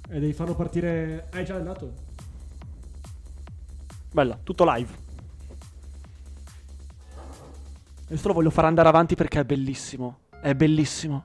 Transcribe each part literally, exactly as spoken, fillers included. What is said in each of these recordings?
E devi farlo partire. Hai già andato? Bella, tutto live. Questo lo voglio far andare avanti perché è bellissimo. È bellissimo.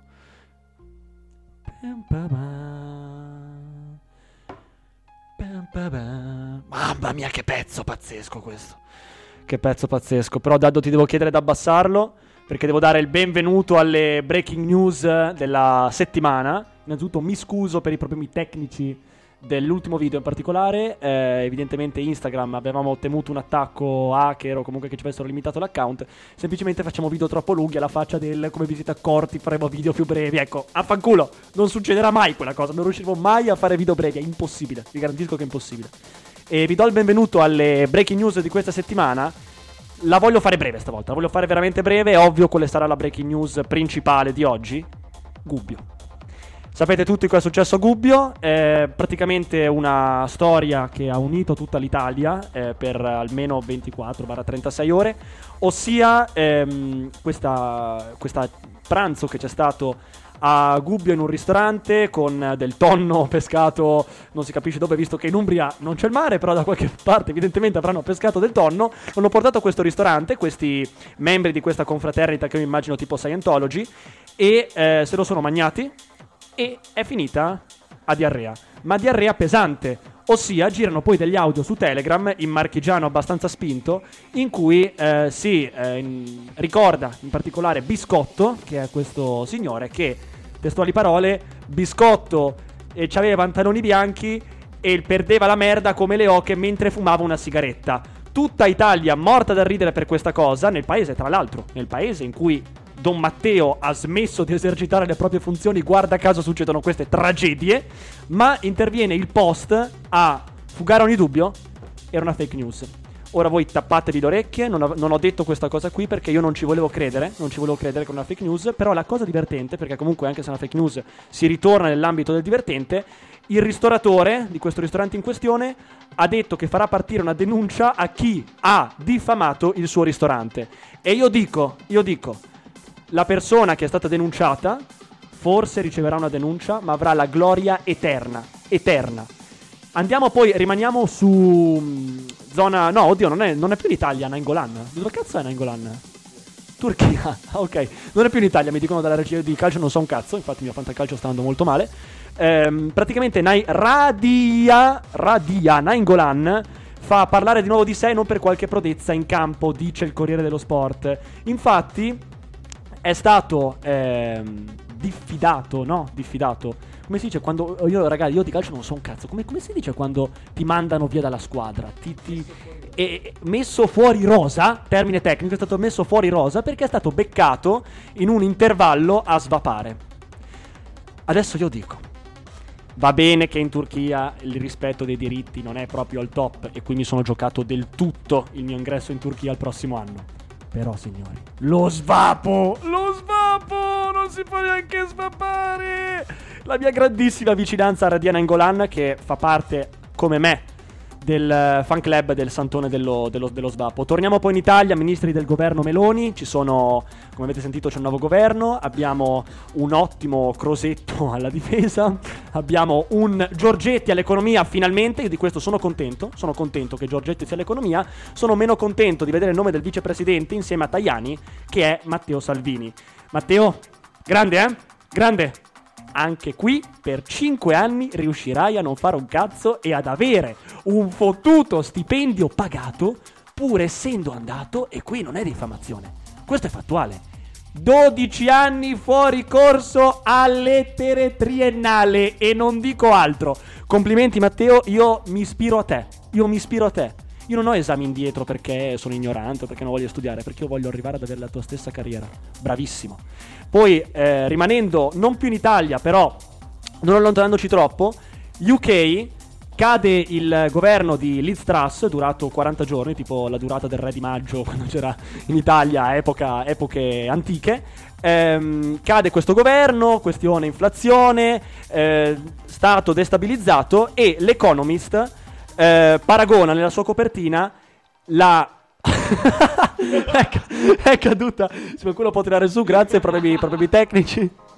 Mamma mia, che pezzo pazzesco questo. Che pezzo pazzesco. Però Daddo ti devo chiedere di abbassarlo, perché devo dare il benvenuto alle breaking news della settimana. Innanzitutto mi scuso per i problemi tecnici dell'ultimo video in particolare. eh, Evidentemente Instagram avevamo temuto un attacco hacker o comunque che ci avessero limitato l'account. Semplicemente facciamo video troppo lunghi, alla faccia del come vi siete accorti faremo video più brevi. Ecco, affanculo, non succederà mai quella cosa. Non riusciremo mai a fare video brevi, è impossibile, vi garantisco che è impossibile. E vi do il benvenuto alle breaking news di questa settimana. La voglio fare breve stavolta, la voglio fare veramente breve. È ovvio quale sarà la breaking news principale di oggi. Gubbio. Sapete tutti cosa è successo a Gubbio. È praticamente una storia che ha unito tutta l'Italia eh, per almeno ventiquattro trentasei ore. Ossia ehm, questa, questa pranzo che c'è stato a Gubbio in un ristorante con del tonno pescato, non si capisce dove, visto che in Umbria non c'è il mare, però da qualche parte evidentemente avranno pescato del tonno. L'hanno portato a questo ristorante questi membri di questa confraternita che io immagino tipo Scientology, e eh, se lo sono mangiati e è finita a diarrea, ma diarrea pesante. Ossia girano poi degli audio su Telegram in marchigiano abbastanza spinto, in cui eh, si eh, in, ricorda in particolare Biscotto, che è questo signore che, testuali parole, Biscotto e c'aveva pantaloni bianchi e perdeva la merda come le oche mentre fumava una sigaretta. Tutta Italia morta da ridere per questa cosa, nel paese tra l'altro, nel paese in cui Don Matteo ha smesso di esercitare le proprie funzioni, guarda caso succedono queste tragedie. Ma interviene il Post a fugare ogni dubbio, era una fake news. Ora voi tappatevi le orecchie, non ho, non ho detto questa cosa qui perché io non ci volevo credere, non ci volevo credere con una fake news. Però la cosa divertente, perché comunque anche se è una fake news si ritorna nell'ambito del divertente, il ristoratore di questo ristorante in questione ha detto che farà partire una denuncia a chi ha diffamato il suo ristorante. E io dico, io dico la persona che è stata denunciata forse riceverà una denuncia, ma avrà la gloria eterna. Eterna. Andiamo poi, rimaniamo su zona... No, oddio, non è, non è più in Italia, Nainggolan. Dove cazzo è Nainggolan? Turchia. Ok, non è più in Italia, mi dicono dalla regia di calcio, non so un cazzo. Infatti il mio fantacalcio sta andando molto male. Ehm, praticamente Nai... Radia... Radia Nainggolan fa parlare di nuovo di sé non per qualche prodezza in campo, dice il Corriere dello Sport. Infatti è stato ehm, diffidato, no? Diffidato. Come si dice quando... Io, ragazzi, io di calcio non so un cazzo. Come, come si dice quando ti mandano via dalla squadra? Ti, ti, è messo fuori rosa, termine tecnico, è stato messo fuori rosa perché è stato beccato in un intervallo a svapare. Adesso io dico, va bene che in Turchia il rispetto dei diritti non è proprio al top e qui mi sono giocato del tutto il mio ingresso in Turchia il prossimo anno. Però signori, lo svapo, lo svapo, non si può neanche svapare. La mia grandissima vicinanza a Radia Nainggolan, che fa parte, come me, del fan club del Santone dello, dello, dello Svapo. Torniamo poi in Italia, ministri del governo Meloni. Ci sono, come avete sentito, c'è un nuovo governo. Abbiamo un ottimo Crosetto alla difesa. Abbiamo un Giorgetti all'economia, finalmente. Io di questo sono contento. Sono contento che Giorgetti sia all'economia. Sono meno contento di vedere il nome del vicepresidente insieme a Tajani, che è Matteo Salvini. Matteo, grande eh? Grande. Anche qui per cinque anni riuscirai a non fare un cazzo e ad avere un fottuto stipendio pagato pur essendo andato, e qui non è diffamazione, questo è fattuale, dodici anni fuori corso a lettere triennale e non dico altro. Complimenti Matteo, io mi ispiro a te, io mi ispiro a te. Io non ho esami indietro perché sono ignorante o perché non voglio studiare, perché io voglio arrivare ad avere la tua stessa carriera. Bravissimo. Poi, eh, rimanendo non più in Italia, però non allontanandoci troppo, U K, cade il governo di Liz Truss, durato quaranta giorni, tipo la durata del re di maggio quando c'era in Italia, epoca, epoche antiche. Ehm, cade questo governo, questione inflazione, eh, stato destabilizzato, e l'Economist Eh, paragona nella sua copertina la è, ca- è caduta, se qualcuno può tirare su, grazie, problemi, problemi tecnici.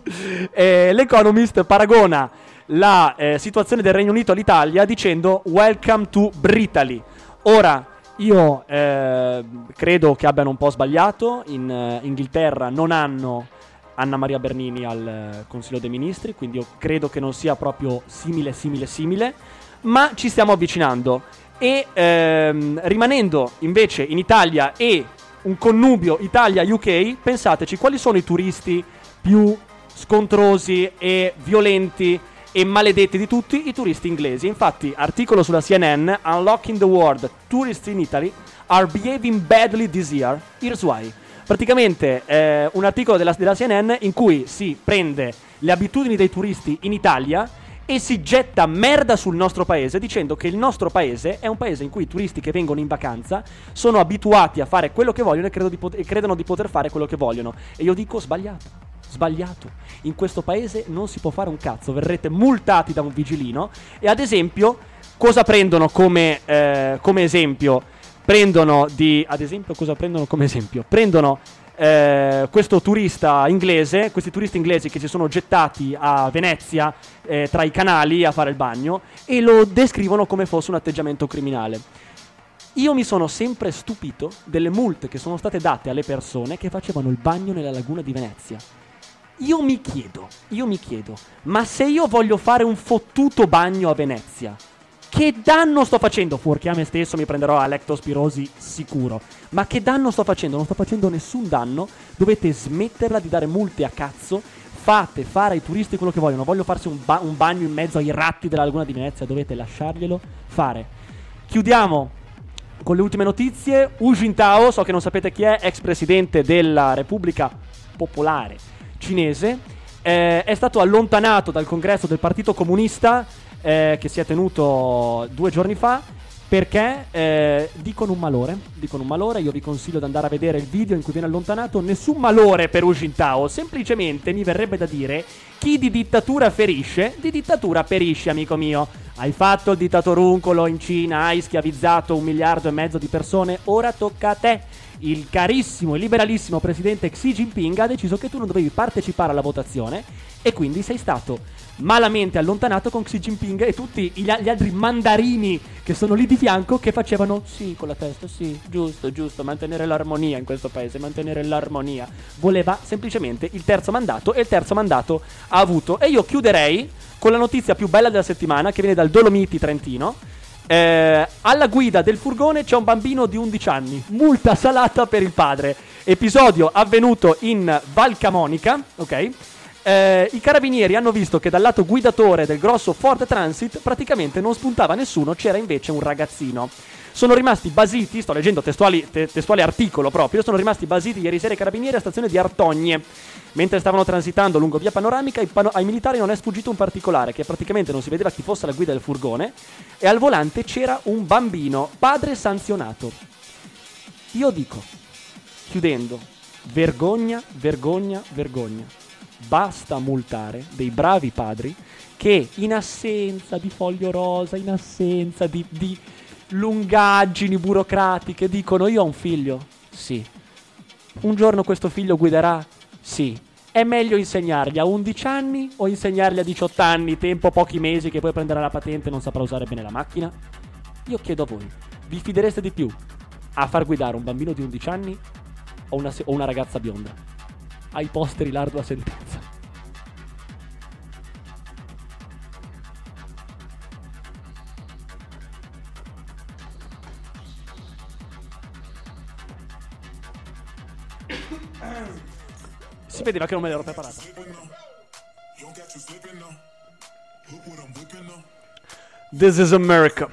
eh, l'Economist paragona la eh, situazione del Regno Unito all'Italia dicendo welcome to Britally. Ora, io eh, credo che abbiano un po' sbagliato. In eh, Inghilterra non hanno Anna Maria Bernini al eh, Consiglio dei Ministri, quindi io credo che non sia proprio simile, simile, simile, ma ci stiamo avvicinando. E ehm, rimanendo invece in Italia e un connubio Italia-U K, pensateci quali sono i turisti più scontrosi e violenti e maledetti di tutti? I turisti inglesi. Infatti, articolo sulla C N N, Unlocking the World, Tourists in Italy are behaving badly this year, here's why. Praticamente eh, un articolo della, della C N N in cui si prende le abitudini dei turisti in Italia e si getta merda sul nostro paese dicendo che il nostro paese è un paese in cui i turisti che vengono in vacanza sono abituati a fare quello che vogliono e, credo di pot- e credono di poter fare quello che vogliono. E io dico sbagliato, sbagliato. In questo paese non si può fare un cazzo, verrete multati da un vigilino. E ad esempio, cosa prendono come, eh, come esempio? Prendono di... Ad esempio, cosa prendono come esempio? Prendono... Eh, questo turista inglese, questi turisti inglesi che si sono gettati a Venezia eh, tra i canali a fare il bagno e lo descrivono come fosse un atteggiamento criminale. Io mi sono sempre stupito delle multe che sono state date alle persone che facevano il bagno nella laguna di Venezia. Io mi chiedo, io mi chiedo, ma se io voglio fare un fottuto bagno a Venezia, che danno sto facendo? Fuorché a me stesso mi prenderò la lectospirosi sicuro. Ma che danno sto facendo? Non sto facendo nessun danno. Dovete smetterla di dare multe a cazzo. Fate fare ai turisti quello che vogliono. Voglio farsi un, ba- un bagno in mezzo ai ratti della laguna di Venezia. Dovete lasciarglielo fare. Chiudiamo con le ultime notizie. Hu Jintao, so che non sapete chi è, ex presidente della Repubblica Popolare Cinese, eh, è stato allontanato dal congresso del Partito Comunista Eh, che si è tenuto due giorni fa perché eh, dicono un malore dicono un malore. Io vi consiglio di andare a vedere il video in cui viene allontanato. Nessun malore per Hu Jintao, semplicemente mi verrebbe da dire: chi di dittatura ferisce, di dittatura perisce, amico mio. Hai fatto il dittatoruncolo in Cina, hai schiavizzato un miliardo e mezzo di persone, ora tocca a te. Il carissimo e liberalissimo presidente Xi Jinping ha deciso che tu non dovevi partecipare alla votazione e quindi sei stato malamente allontanato con Xi Jinping e tutti gli, gli altri mandarini che sono lì di fianco che facevano sì con la testa, sì, giusto, giusto, mantenere l'armonia in questo paese, mantenere l'armonia. Voleva semplicemente il terzo mandato e il terzo mandato ha avuto. E io chiuderei con la notizia più bella della settimana che viene dal Dolomiti Trentino. Eh, alla guida del furgone c'è un bambino di undici anni, multa salata per il padre. Episodio avvenuto in Val Camonica, ok? Eh, I carabinieri hanno visto che dal lato guidatore del grosso Ford Transit praticamente non spuntava nessuno, c'era invece un ragazzino. Sono rimasti basiti, sto leggendo testuali, te, testuale articolo proprio, sono rimasti basiti ieri sera i carabinieri a stazione di Artogne. Mentre stavano transitando lungo via Panoramica, ai, pano- ai militari non è sfuggito un particolare, che praticamente non si vedeva chi fosse alla guida del furgone, e al volante c'era un bambino, padre sanzionato. Io dico, chiudendo, vergogna, vergogna, vergogna. Basta multare dei bravi padri che in assenza di foglio rosa, in assenza di, di lungaggini burocratiche dicono: io ho un figlio, sì, un giorno questo figlio guiderà, sì. È meglio insegnargli a undici anni o insegnargli a diciotto anni, tempo pochi mesi, che poi prenderà la patente e non saprà usare bene la macchina? Io chiedo a voi, vi fidereste di più a far guidare un bambino di undici anni o una, o una ragazza bionda? Ai posteri l'ardua sentenza. Si vedeva che non me l'ero preparata. This is America.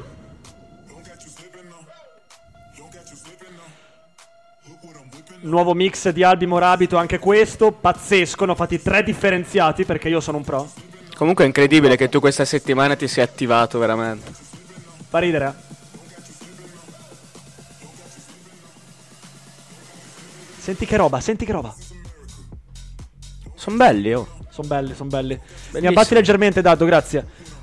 Nuovo mix di Albi Morabito, anche questo pazzesco. Ne ho fatti tre differenziati perché io sono un pro. Comunque è incredibile che tu questa settimana ti sia attivato veramente. Fa ridere. Senti che roba, senti che roba. Sono belli, oh. Sono belli, sono belli. Bellissimo. Mi abbatti leggermente, Daddo, grazie.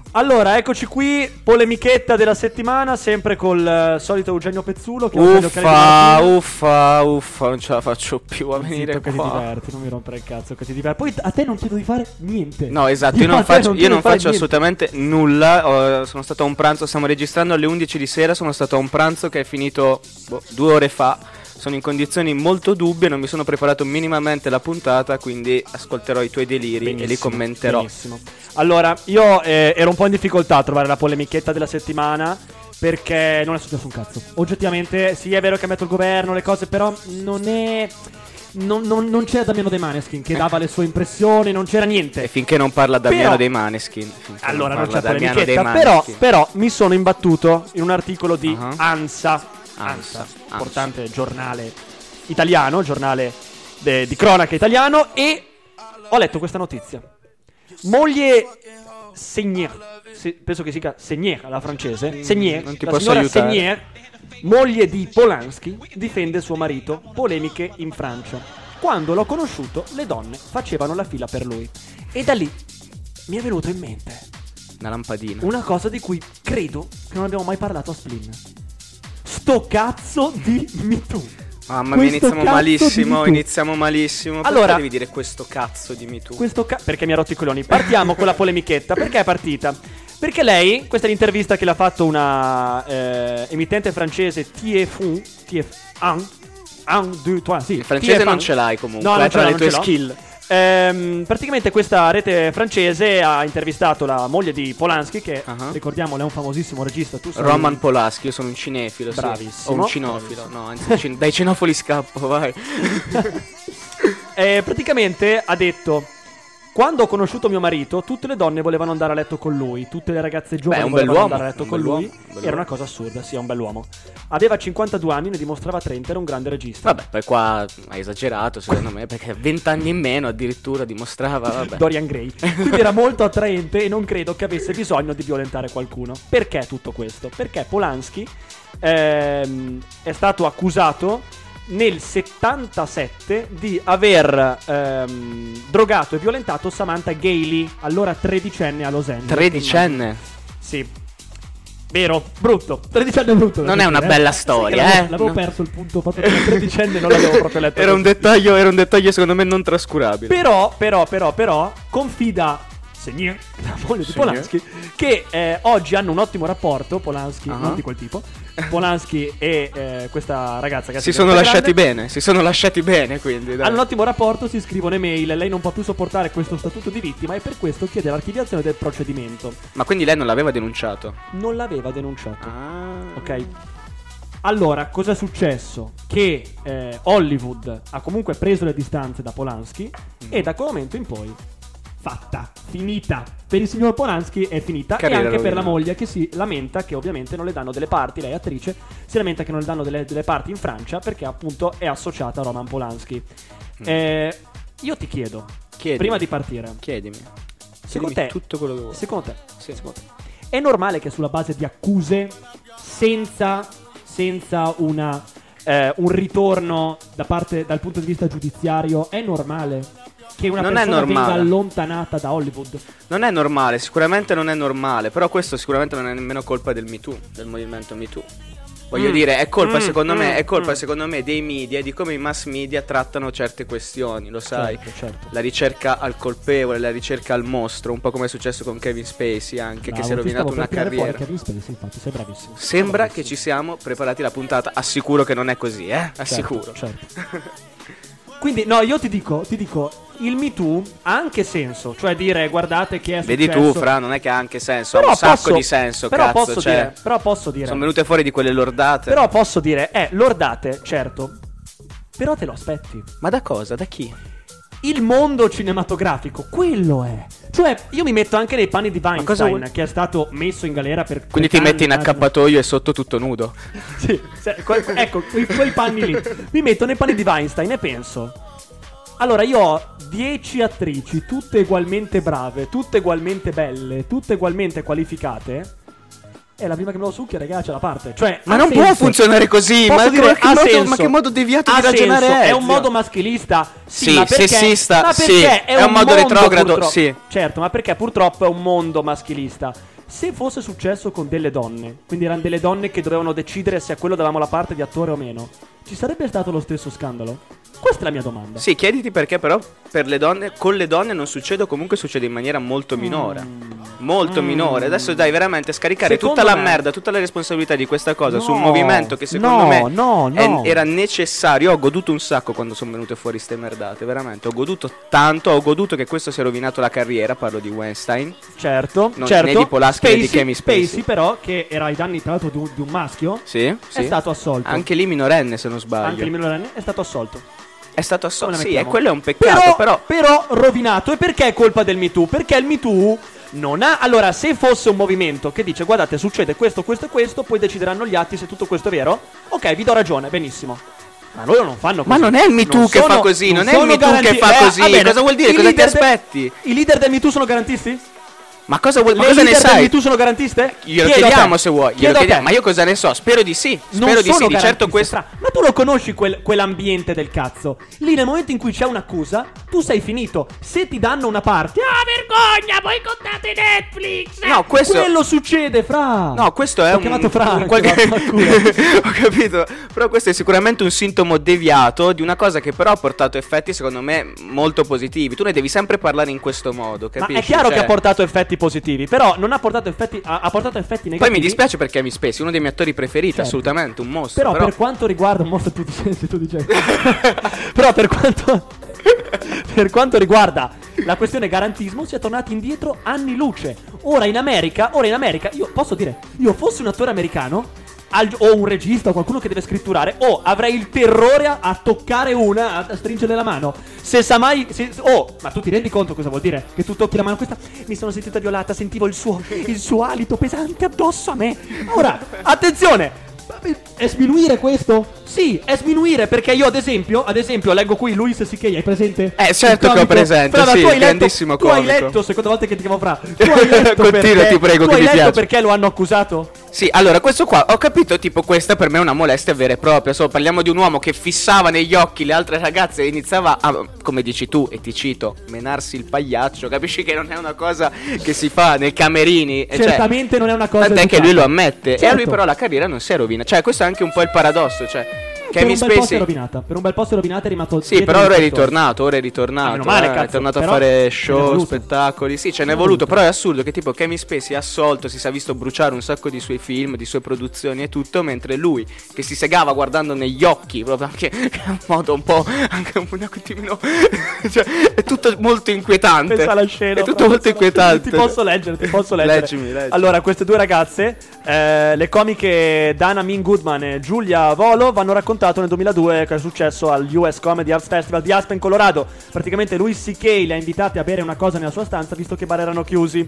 Allora, eccoci qui, polemichetta della settimana, sempre col uh, solito Eugenio Pezzulo che Uffa, uffa, uffa, non ce la faccio più a venire Zitto, qua. che ti diverti, non mi rompere il cazzo, che ti diverti. Poi a te non chiedo di fare niente. No, esatto, io non faccio, io non faccio assolutamente nulla. Ho, sono stato a un pranzo, stiamo registrando alle undici di sera, sono stato a un pranzo che è finito boh, due ore fa. Sono in condizioni molto dubbie, non mi sono preparato minimamente la puntata, quindi ascolterò i tuoi deliri benissimo, e li commenterò. Benissimo. Allora, io eh, ero un po' in difficoltà a trovare la polemichetta della settimana, perché non è successo un cazzo. Oggettivamente, sì, è vero che ha cambiato il governo, le cose, però non è... Non, non, non c'era Damiano dei Maneskin che dava le sue impressioni, non c'era niente. E finché non parla Damiano però, dei Maneskin, allora non, non c'è Damiano polemichetta, però, però mi sono imbattuto in un articolo di uh-huh. ANSA, ANSA, importante ANSA. Giornale italiano, giornale de, di cronaca italiano, e ho letto questa notizia. Moglie Segnier, se, penso che si chiama Segnier alla francese, Segnier, non ti la posso signora aiutare. Segnier, moglie di Polanski, difende suo marito, polemiche in Francia. Quando l'ho conosciuto, le donne facevano la fila per lui. E da lì mi è venuto in mente una lampadina, una cosa di cui credo che non abbiamo mai parlato a Splin. Sto cazzo di Me Too. Mamma mia, iniziamo malissimo, iniziamo malissimo. Perché allora, devi dire questo cazzo di Me Too? Questo ca- perché mi ha rotto i coglioni. Partiamo con la polemichetta. Perché è partita? Perché lei, questa è l'intervista che l'ha fatto una eh, emittente francese T F uno, T F uno, uno, due, tre, sì. Il francese T F uno. non ce l'hai comunque, no, è non tra ce le tue ce skill. Ehm, praticamente questa rete francese ha intervistato la moglie di Polanski, che uh-huh. ricordiamolo è un famosissimo regista. Tu sei Roman Polanski, io sono un cinefilo. Bravissimo. Sì. O un cinofilo. No, anzi, cin- dai cinofili scappo, vai. eh, praticamente ha detto: quando ho conosciuto mio marito, tutte le donne volevano andare a letto con lui, tutte le ragazze giovani Beh, volevano bell'uomo, andare a letto con bell'uomo, lui. bell'uomo. Era una cosa assurda, sì, è un bell'uomo. Aveva cinquantadue anni, ne dimostrava trenta, era un grande regista. Vabbè, poi qua hai esagerato secondo me, perché venti anni in meno addirittura dimostrava, vabbè. Dorian Gray. Quindi era molto attraente e non credo che avesse bisogno di violentare qualcuno. Perché tutto questo? Perché Polanski ehm, è stato accusato nel settantasette di aver ehm, drogato e violentato Samantha Gailey, allora tredicenne a Los Angeles. Tredicenne? Sì. Vero, brutto. Tredicenne brutto. Non è una eh? bella storia, sì, eh. L'avevo no. perso il punto, fatto che tredicenne non l'avevo proprio letto. Era un dettaglio, era un dettaglio secondo me non trascurabile. Però, però, però, però, confida Segnier, la moglie di Polanski, che eh, oggi hanno un ottimo rapporto, Polanski, uh-huh. non di quel tipo, Polanski e eh, questa ragazza che si sono lasciati grande. bene, si sono lasciati bene, quindi dai. Hanno un ottimo rapporto, si scrivono email, lei non può più sopportare questo statuto di vittima e per questo chiede l'archiviazione del procedimento. Ma quindi lei non l'aveva denunciato? Non l'aveva denunciato. Ah. Ok. Allora, cosa è successo? Che eh, Hollywood ha comunque preso le distanze da Polanski mm. e da quel momento in poi fatta, finita. Per il signor Polanski è finita. Carriera e anche rovina. Per la moglie, che si lamenta che ovviamente non le danno delle parti. Lei è attrice, si lamenta che non le danno delle, delle parti in Francia perché appunto è associata a Roman Polanski. mm. eh, Io ti chiedo, Chiedimi. prima di partire, Chiedimi Secondo Chiedimi te tutto quello che vuoi. Secondo te, sì. secondo te è normale che sulla base di accuse senza senza una eh, un ritorno da parte dal punto di vista giudiziario, è normale che una non persona è normale. venga allontanata da Hollywood? Non è normale, sicuramente non è normale, però questo sicuramente non è nemmeno colpa del Me Too, del movimento Me Too. Voglio mm. dire, è colpa mm, secondo mm, me, è colpa mm. secondo me dei media, di come i mass media trattano certe questioni, lo sai? Certo, certo. La ricerca al colpevole, la ricerca al mostro, un po' come è successo con Kevin Spacey anche, Bravo, che si è rovinato una carriera. Kevin Spacey, infatti, sei bravissimo. Sembra bravissimo. Che ci siamo preparati la puntata, assicuro che non è così, eh? Assicuro. Certo, certo. Quindi, no, io ti dico, ti dico, il Me Too ha anche senso, cioè dire, guardate che è successo. Vedi tu, Fra, non è che ha anche senso, però ha un posso, sacco di senso, però cazzo, posso cioè, dire, però posso dire. Sono venute fuori di quelle lordate. Però posso dire, eh, lordate, certo, però te lo aspetti. Ma da cosa? Da chi? Il mondo cinematografico, quello è. Cioè, io mi metto anche nei panni di Weinstein, che è stato messo in galera per... Quindi ti metti in accappatoio e sotto tutto nudo. Sì, ecco, quei, quei panni lì. Mi metto nei panni di Weinstein e penso... Allora, io ho dieci attrici, tutte ugualmente brave, tutte ugualmente belle, tutte ugualmente qualificate. E la prima che me lo succhia, ragazzi, c'è la parte. Cioè, ma non senso. può funzionare così. Posso ma, dire, che ha modo, senso. ma che modo deviato ha di ragionare senso. è? È un modo maschilista. Sì, sì ma perché, sessista. ma Sì, è, è un, un modo mondo retrogrado. purtroppo, sì. Certo, ma perché purtroppo è un mondo maschilista. se fosse successo con delle donne, quindi erano delle donne che dovevano decidere se a quello davamo la parte di attore o meno, ci sarebbe stato lo stesso scandalo? Questa è la mia domanda. Sì, chiediti perché però per le donne, con le donne non succede, o comunque succede in maniera molto minore. Mm. Molto mm. minore. Adesso dai, veramente scaricare secondo tutta la me... merda, tutta la responsabilità di questa cosa no, su un movimento che secondo no, me no, no. È, era necessario. Ho goduto un sacco quando sono venute fuori ste merdate, veramente. Ho goduto tanto, ho goduto che questo si è rovinato la carriera, parlo di Weinstein. Certo, non, certo. Né di Polanski né di Kevin Spacey. Spacey però, che era ai danni tra l'altro di un, di un maschio, sì, sì. È stato assolto. Anche lì minorenne, se non sbaglio. Anche lì minorenne è stato assolto. È stato assolto, sì, e quello è un peccato, però, però... però rovinato. E perché è colpa del Me Too? Perché il Me Too non ha... Allora, se fosse un movimento che dice guardate, succede questo, questo e questo, poi decideranno gli atti se tutto questo è vero, ok, vi do ragione, benissimo. Ma loro non fanno così. Ma non è il Me Too che sono, fa così, non, non è il Me Too garanti- che fa eh, così, bene, cosa vuol dire, cosa ti aspetti? De- I leader del Me Too sono garantisti? Ma cosa, vuoi, ma Le cosa ne sai? Le tu sono garantiste? Glielo chiediamo se vuoi. Glielo chiediamo. Ma io cosa ne so? Spero di sì. Spero non di sì. Di certo questo. Fra. Ma tu lo conosci quel, quell'ambiente del cazzo? Lì nel momento in cui c'è un'accusa, tu sei finito. Se ti danno una parte, ah vergogna, boicottate Netflix. No, questo. Quello succede, fra. No, questo è Ho un. chiamato Fra. Un qualche... Ho capito. Però questo è sicuramente un sintomo deviato di una cosa che però ha portato effetti, secondo me, molto positivi. Tu ne devi sempre parlare in questo modo, capisci? Ma è chiaro cioè... che ha portato effetti positivi, però non ha portato effetti, ha, ha portato effetti negativi. Poi mi dispiace perché Kevin Spacey, uno dei miei attori preferiti, certo. Assolutamente, un mostro. Però, però per quanto riguarda un mostro, tu dici, tu dici. Però per quanto per quanto riguarda la questione garantismo, si è tornati indietro anni luce. Ora in America, ora in America, io posso dire, io fossi un attore americano al, o un regista o qualcuno che deve scritturare, o oh, avrei il terrore a, a toccare una, a, a stringerle la mano. Se sa mai se, oh, ma tu ti rendi conto cosa vuol dire? Che tu tocchi la mano questa? Mi sono sentita violata, sentivo il suo il suo alito pesante addosso a me. Ora, attenzione, è sminuire questo? Sì, è sminuire, perché io ad esempio, ad esempio leggo qui Louis C K, hai presente? Eh, certo che ho presente, Fra, sì, tu hai grandissimo letto, comico. Tu hai letto, seconda volta che ti chiamo Fra, tu hai letto Continua, perché, ti prego, tu che hai mi letto piace. perché lo hanno accusato? Sì, allora questo qua, ho capito, tipo questa per me è una molestia vera e propria. So, parliamo di un uomo che fissava negli occhi le altre ragazze e iniziava a, come dici tu, e ti cito, menarsi il pagliaccio. Capisci che non è una cosa che si fa nei camerini. Certamente cioè, non è una cosa tant'è che lui lo ammette, certo. E a lui però la carriera non si è rovinata. Cioè questo è anche un po' il paradosso, cioè Kevin Spacey per un bel po' è rovinata. Per un bel po' è rovinata, è rimasto. Sì, però ora è ritornato. Ora è ritornato. Ah, male, eh, cazzo, è tornato però a fare show, spettacoli. Sì, ce n'è voluto. voluto. Però è assurdo che tipo Kevin Spacey è assolto, si sia visto bruciare un sacco di suoi film, di sue produzioni e tutto, mentre lui che si segava guardando negli occhi, proprio anche in un modo un po' anche un attimino cioè, è tutto molto inquietante. Pensa alla scena. È tutto molto inquietante. Ti posso leggere, ti posso leggere. Leggimi, leggimi. Allora, queste due ragazze, eh, le comiche Dana Min Goodman e Giulia Volo, vanno raccontato nel duemiladue che è successo al U S Comedy Arts Festival di Aspen, Colorado. Praticamente Louis C K le ha invitate a bere una cosa nella sua stanza, visto che i bar erano chiusi.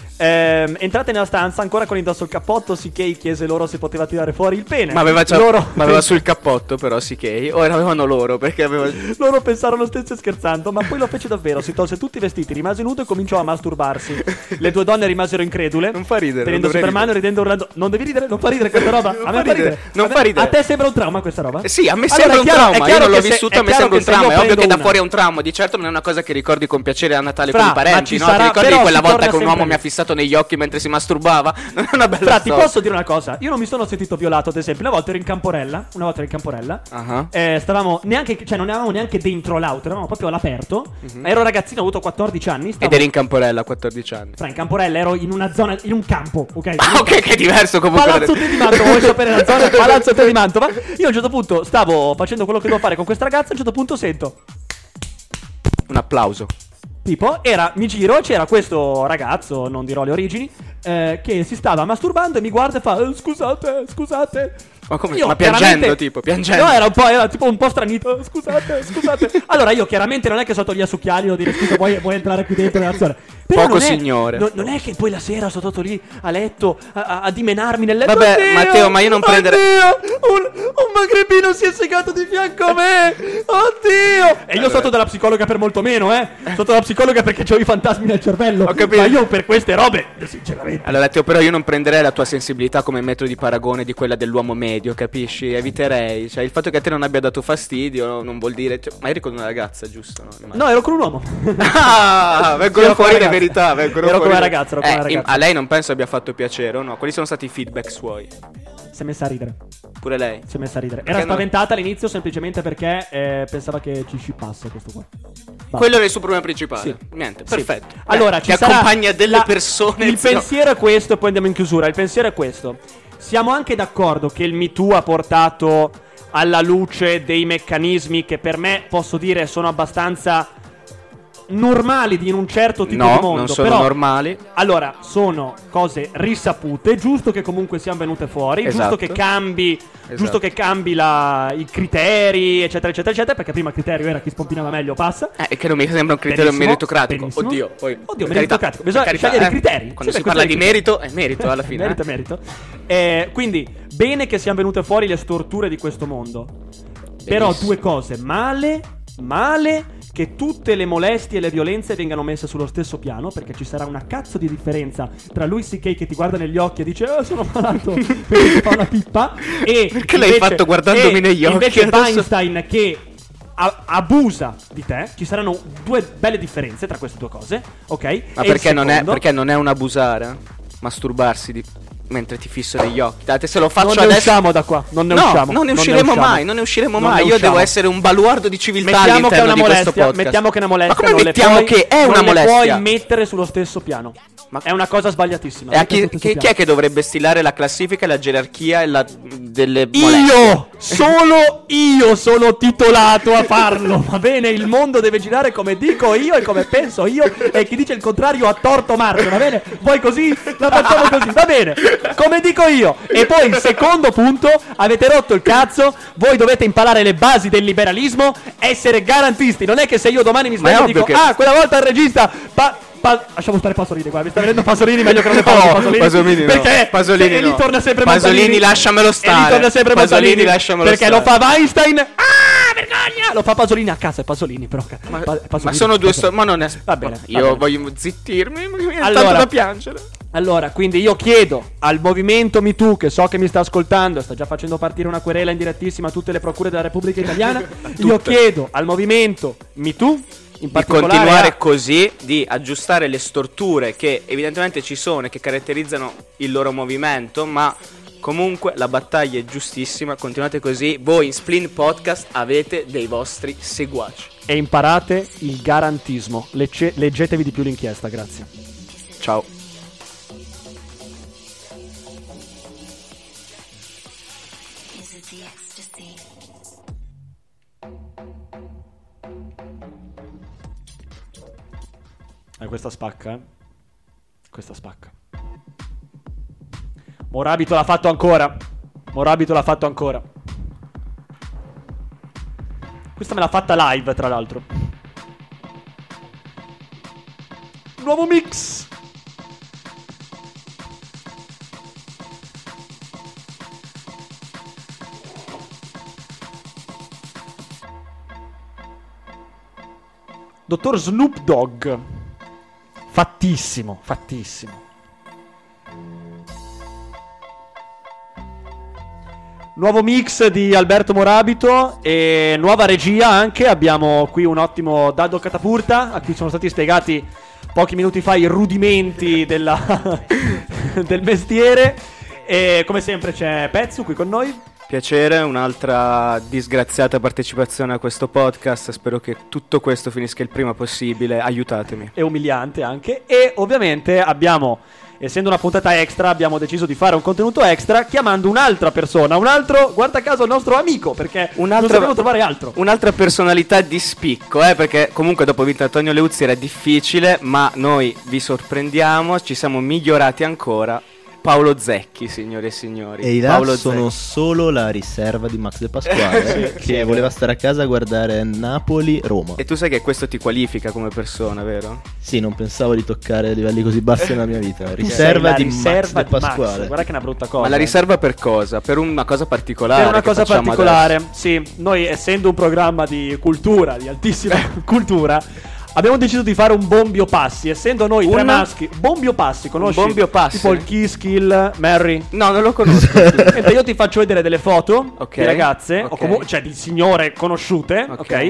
Ehm, entrate nella stanza ancora con indosso il cappotto, C K chiese loro se poteva tirare fuori il pene. Ma aveva, loro ma aveva sul cappotto però C K, o avevano loro perché aveva... Loro pensarono stesse scherzando, ma poi lo fece davvero. Si tolse tutti i vestiti, rimase nudo e cominciò a masturbarsi. Le due donne rimasero incredule. Non fa ridere. Tenendo Superman, ridendo, urlando. Non devi ridere, non fa ridere questa roba. Non a me fa fa ridere. ridere. Non a me, fa ridere. A te sembra un trauma questa roba? Eh sì, a me allora, sembra un chiaro, trauma. Io non l'ho vissuto, se, a me sembra un trauma. È ovvio che da una. fuori è un trauma. Di certo non è una cosa che ricordi con piacere a Natale Fra, con i parenti, no? Sarà, Ti ricordi di quella volta che un uomo sempre. mi ha fissato negli occhi mentre si masturbava? Non è una bella Fra, storia. ti posso dire una cosa? Io non mi sono sentito violato, ad esempio. Una volta ero in Camporella. Una volta ero in Camporella. Uh-huh. Eh, stavamo neanche, cioè non eravamo neanche dentro l'auto, eravamo proprio all'aperto. Uh-huh. Ero ragazzino, ho avuto quattordici anni. Stavo... Ed eri in Camporella a quattordici anni. Fra, in Camporella ero in una zona, in un campo, ok? Ah, ok, che è diverso comunque. Palazzo Te di Mantova, vuoi sapere la zona? Palazzo Te di Mantova. Io a un certo punto stavo facendo quello che devo fare con questa ragazza. A un certo punto sento un applauso. Tipo, era, mi giro, c'era questo ragazzo, non dirò le origini, eh, che si stava masturbando e mi guarda e fa eh, scusate, scusate. Ma come? Io, ma piangendo, tipo, piangendo. No, era un po', era tipo un po' stranito. Scusate, scusate. Allora io chiaramente non è che sotto lì a succhiali o dire scusa, vuoi, vuoi entrare qui dentro nella zona. Però Poco non è, signore. no, non è che poi la sera sono stato lì a letto a, a, a dimenarmi nel letto. Vabbè, oddio, Matteo, ma io non prendere. Oddio, un, un magrebino si è segato di fianco a me. Oddio. E io sotto dalla psicologa per molto meno, eh. Sotto dalla psicologa perché c'ho i fantasmi nel cervello. Ho capito. Ma io per queste robe, sinceramente. Allora, Teo, però io non prenderei la tua sensibilità come metodo di paragone di quella dell'uomo medio, capisci? Eviterei. Cioè, il fatto che a te non abbia dato meritava. Ero come fuori... ragazzo, ero come eh, ragazzo. A lei non penso abbia fatto piacere, o no? Quali sono stati i feedback suoi? Si è messa a ridere. Pure lei? Si è messa a ridere. Perché Era non- spaventata all'inizio semplicemente perché eh, pensava che ci scippasse questo qua. Basta. Quello era il suo problema principale. Sì. Niente, Sì. perfetto. Allora, Eh, ci ti sarà accompagna delle la- persone. Il zio. pensiero è questo, e poi andiamo in chiusura. Il pensiero è questo. Siamo anche d'accordo che il Me Too ha portato alla luce dei meccanismi che per me, posso dire, sono abbastanza normali di in un certo tipo No, di mondo. non sono però, normali. Allora, sono cose risapute. Giusto che comunque siano venute fuori. Esatto. Giusto che cambi. Esatto. Giusto che cambi la, i criteri, eccetera, eccetera, eccetera. Perché prima il criterio era chi spompinava meglio passa. Eh, che non mi sembra un criterio Benissimo, meritocratico. benissimo. Oddio, poi. Oddio, per meritocratico. carità, Bisogna per carità, scegliere eh. i criteri. Quando Sì, si beh, parla questo di è il merito, è merito alla fine. merito, eh. è merito. Eh, quindi, bene che siano venute fuori le storture di questo mondo. Però Benissimo. due cose. Male, male che tutte le molestie e le violenze vengano messe sullo stesso piano, perché ci sarà una cazzo di differenza tra Louis C K che ti guarda negli occhi e dice "Oh, sono malato", perché ti fa una pippa, e Perché l'hai invece- fatto guardandomi e negli occhi? invece Adesso- Weinstein che a- abusa di te. Ci saranno due belle differenze tra queste due cose, ok? Ma E perché il non, è, secondo- perché non è un abusare? Masturbarsi di- mentre ti fisso negli occhi. Date, se lo faccio non ne adesso. usciamo da qua, non ne no, usciamo. non ne usciremo usciamo. mai. Non ne usciremo Non mai. ne Io usciamo. devo essere un baluardo di civiltà Mettiamo che è all'interno una di questo molestia, podcast. mettiamo che è una molestia, Ma come non le mettiamo puoi- che è non una le molestia? puoi mettere sullo stesso piano. Ma- È una cosa sbagliatissima. E a mettere chi, sullo stesso chi- chi è piano. che dovrebbe stilare la classifica e la gerarchia e la, delle molestie? Io, solo io sono titolato a farlo. Va bene, il mondo deve girare come dico io e come penso io, e chi dice il contrario ha torto Marco, va bene? Poi così la facciamo così, va bene? Come dico io. E poi il secondo punto, avete rotto il cazzo, voi dovete imparare le basi del liberalismo, essere garantisti. Non è che se io domani mi Ma è sveglio e ovvio dico che- "Ah, quella volta il regista pa- pa- lasciamo stare Pasolini qua, mi sta venendo Pasolini, meglio che non ne parlo No, di Pasolini, Pasolini no. perché Pasolini e no. lì torna sempre Pasolini, Montalini. lasciamelo stare. E lì torna sempre Pasolini, Montalini, lasciamelo perché stare. lo fa Weinstein. Ah, vergogna! Lo fa Pasolini a casa, è Pasolini però. Ma, Pa- Pasolini, ma sono due Pasolini. sto- ma non è. Va bene, Io va bene. voglio zittirmi. Mi viene Allora- tanto da piangere. Allora, quindi io chiedo al movimento Me Too, che so che mi sta ascoltando e sta già facendo partire una querela in direttissima a tutte le procure della Repubblica Italiana, io tutte. chiedo al movimento Me Too, in Di particolare continuare a- così, di aggiustare le storture che evidentemente ci sono e che caratterizzano il loro movimento, ma comunque la battaglia è giustissima. Continuate così. Voi in Spleen Podcast avete dei vostri seguaci. e imparate il garantismo. Legge- leggetevi di più l'inchiesta, grazie. Ciao. Is it the ecstasy? Eh, questa spacca, eh. Questa spacca. Morabito l'ha fatto ancora. Morabito l'ha fatto ancora. Questa me l'ha fatta live, tra l'altro. Nuovo mix. Dottor Snoop Dogg. Fattissimo, fattissimo. Nuovo mix di Alberto Morabito e nuova regia anche. Abbiamo qui un ottimo Dado Catapurta, a cui sono stati spiegati pochi minuti fa i rudimenti della del mestiere. E come sempre c'è Pezzu qui con noi. Piacere, un'altra disgraziata partecipazione a questo podcast. Spero che tutto questo finisca il prima possibile. Aiutatemi. E umiliante anche. E ovviamente abbiamo, essendo una puntata extra, abbiamo deciso di fare un contenuto extra chiamando un'altra persona, un altro, guarda caso, il nostro amico, perché non sapevo trovare altro. Un'altra personalità di spicco, eh, perché comunque dopo vinta Antonio Leuzzi era difficile, ma noi vi sorprendiamo, ci siamo migliorati ancora. Paolo Zecchi, signore e signori. E i là Paolo sono Zecchi. solo la riserva di Max De Pasquale, Sì, che sì, voleva stare a casa a guardare Napoli-Roma. E tu sai che questo ti qualifica come persona, vero? Sì, non pensavo di toccare livelli così bassi nella mia vita. Tu Riserva sei di la Max riserva De di Max. Pasquale. Guarda che è una brutta cosa. Ma la eh. riserva per cosa? Per una cosa particolare? Per una che cosa facciamo particolare, adesso? sì. Noi, essendo un programma di cultura, di altissima cultura, abbiamo deciso di fare un Bombio Passi. Essendo noi tre Un- maschi, Bombio Passi, conosci? Bombio Passi? Tipo il Key Skill, Mary. No, non lo conosco. Niente, io ti faccio vedere delle foto Ok, di ragazze, ok. o comunque, cioè di signore conosciute, ok? Ok.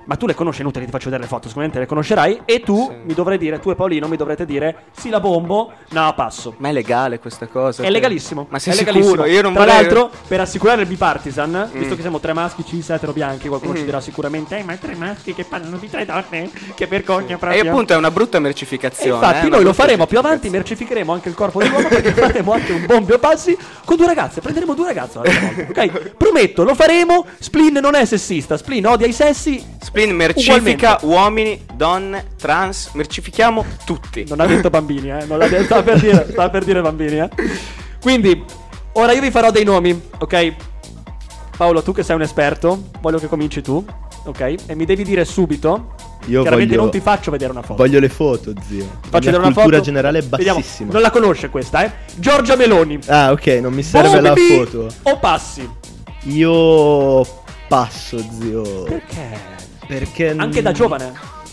ma tu le conosci, è inutile che ti faccio vedere le foto, sicuramente le conoscerai. E tu Sì. mi dovrai dire, tu e Paolino mi dovrete dire sì la bombo, no passo. Ma è legale questa cosa? È legalissimo. Ma sei è sicuro? legalissimo. Io non Tra vorrei- l'altro, per assicurare il bipartisan, visto Mm. che siamo tre maschi, cis, etero, bianchi, qualcuno Mm. ci dirà sicuramente, eh, ma tre maschi che parlano di tre donne, che vergogna E proprio. appunto è una brutta E mercificazione. infatti eh, noi una lo brutta faremo più avanti, mercificazione. mercificheremo anche il corpo dell'uomo perché faremo anche un bombio passi con due ragazze, prenderemo due ragazze alla volta, ok? Prometto, lo faremo. Splin non è sessista, Splin odia i sessi. Splin mercifica Ugualmente. uomini, donne, trans, mercifichiamo tutti. Non ha detto bambini, eh. Non l'ha detto, stava per dire, stava per dire bambini, eh. Quindi, ora io vi farò dei nomi, ok? Paolo, tu che sei un esperto, voglio che cominci tu, ok? E mi devi dire subito. Io Chiaramente voglio, non ti faccio vedere una foto. voglio le foto, zio. Ti La faccio mia vedere una cultura foto. generale è Vediamo. bassissima. Non la conosce questa, eh? Giorgia Meloni. Ah, ok, non mi serve la Bombi foto. o passi? Io passo, zio. Perché? Perché Anche da giovane.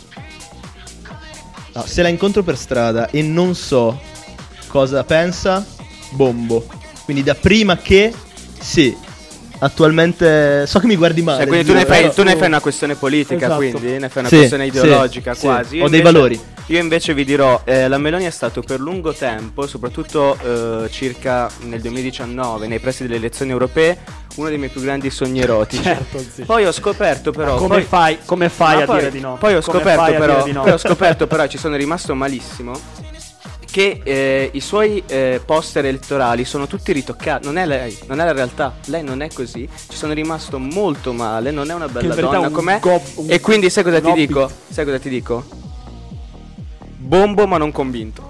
No, se la incontro per strada e non so cosa pensa, bombo. Quindi da prima che sì. Attualmente so che mi guardi male. Cioè, quindi tu zio, ne, fai, però- tu ne fai una questione politica, Esatto. quindi ne fai una Sì, questione sì, ideologica sì. quasi. Ho dei invece- valori. Io invece vi dirò, eh, la Meloni è stato per lungo tempo, soprattutto eh, circa nel duemiladiciannove, nei pressi delle elezioni europee, uno dei miei più grandi sogni erotici. Certo, sì. Poi ho scoperto però... Come poi- fai, come fai Ma a poi, dire di no? Poi ho Come scoperto fai a però, dire di no? poi ho scoperto però, ci sono rimasto malissimo, che eh, i suoi eh, poster elettorali sono tutti ritoccati. Non è lei, non è la realtà. Lei non è così. Ci sono rimasto molto male. Non è una bella in verità donna un com'è. gob- un E quindi sai cosa ti nobby. dico? Sai cosa ti dico? Bombo ma non convinto.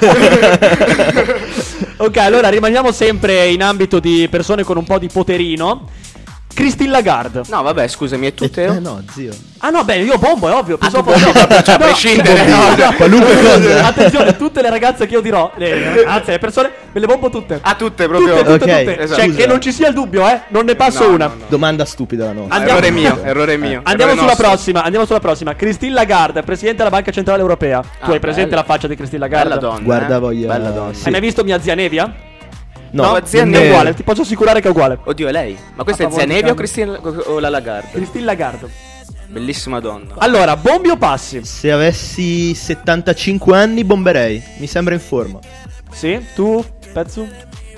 Ok, allora rimaniamo sempre in ambito di persone con un po' di poterino. Christine Lagarde. No vabbè scusami, è tu Eh, Teo? eh, no, zio. Ah no, beh, io bombo, è ovvio. Pensavo tu fosse- bombo, cioè, a No, prescindere, no, no. Qualunque cosa. Attenzione, tutte le ragazze che io dirò, le ragazze, le persone, me le bombo tutte. Ah tutte proprio. Tutte, tutte, Ok, tutte. esatto. Cioè, Scusa. che non ci sia il dubbio, eh. Non ne passo No, una. no, no. Domanda stupida la nostra. Andiamo- Errore mio, errore mio. Andiamo errore sulla nostro. prossima, andiamo sulla prossima. Christine Lagarde, presidente della Banca Centrale Europea. Tu Ah, hai presente bella. la faccia di Christine Lagarde? Bella donna. Guarda, eh. voglio- Bella donna. sì. Hai mai visto mia zia Nevia? No, No, zia È Nevia. uguale, ti posso assicurare che è uguale. Oddio, è lei. Ma questa A è zia favore, Nevia o cambia. Cristina o la Lagarde? Christine Lagarde. Bellissima donna. Allora, bombi o passi? Se avessi settantacinque anni bomberei. Mi sembra in forma. Sì, tu, pezzo?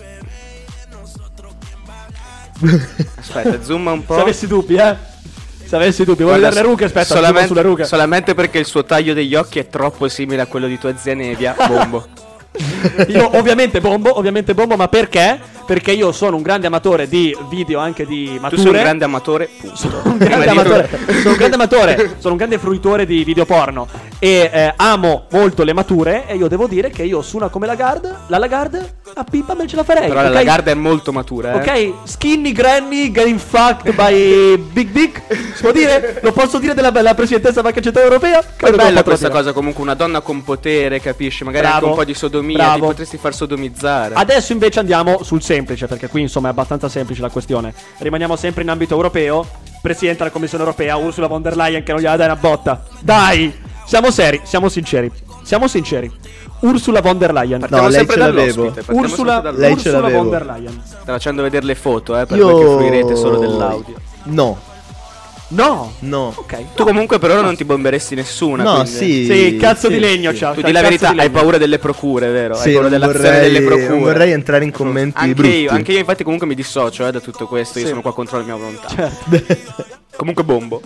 Aspetta, zoom un po'. Se avessi dubbi, eh. Se avessi dubbi, vuoi Guarda, vedere le rughe? Aspetta, solamente, zoom sulle rughe. solamente perché il suo taglio degli occhi è troppo simile a quello di tua zia Nevia. Bombo. Io ovviamente bombo, ovviamente bombo, ma perché? Perché io sono un grande amatore di video anche di mature. Tu sei un grande amatore. Punto. Sono un Prima grande di- amatore, sono un grande amatore, sono un grande fruitore di video porno e eh, amo molto le mature e io devo dire che io su una come Lagarde, la Lagarde a pipa me ce la farei. Però la ok? Lagarde è molto matura, eh. Ok, skinny granny getting fucked by big dick. Si può dire? Lo posso dire della, della presidentessa della Banca Centrale Europea? Poi è Credo che lo bella potrò questa dire. cosa, comunque una donna con potere, capisci? Magari Bravo, anche un po' di sodomia, bravo. ti potresti far sodomizzare. Adesso invece andiamo sul semplice, perché qui insomma è abbastanza semplice la questione. Rimaniamo sempre in ambito europeo. Presidente della Commissione Europea, Ursula von der Leyen, che non gliela dai una botta. Dai! Siamo seri, siamo sinceri. Siamo sinceri. Ursula von der Leyen. Partiamo No, lei sempre ce l'avevo. dall'ospite, partiamo Ursula, sempre dall'ospite. Lei ce Ursula l'avevo. von der Leyen. Sta facendo vedere le foto, eh, per Io... perché fruirete solo dell'audio. No, No. no. Ok. Tu comunque per ora non ti bomberesti nessuna. No, quindi- sì. Sì, cazzo sì, di legno, sì. ciao. Tu di la verità, hai paura delle procure, vero? Sì, hai paura non dell'azione vorrei- delle procure. non vorrei entrare in commenti anche brutti. Io, anche io infatti comunque mi dissocio eh, da tutto questo, io Sì. sono qua contro la mia volontà. Certo. Comunque bombo.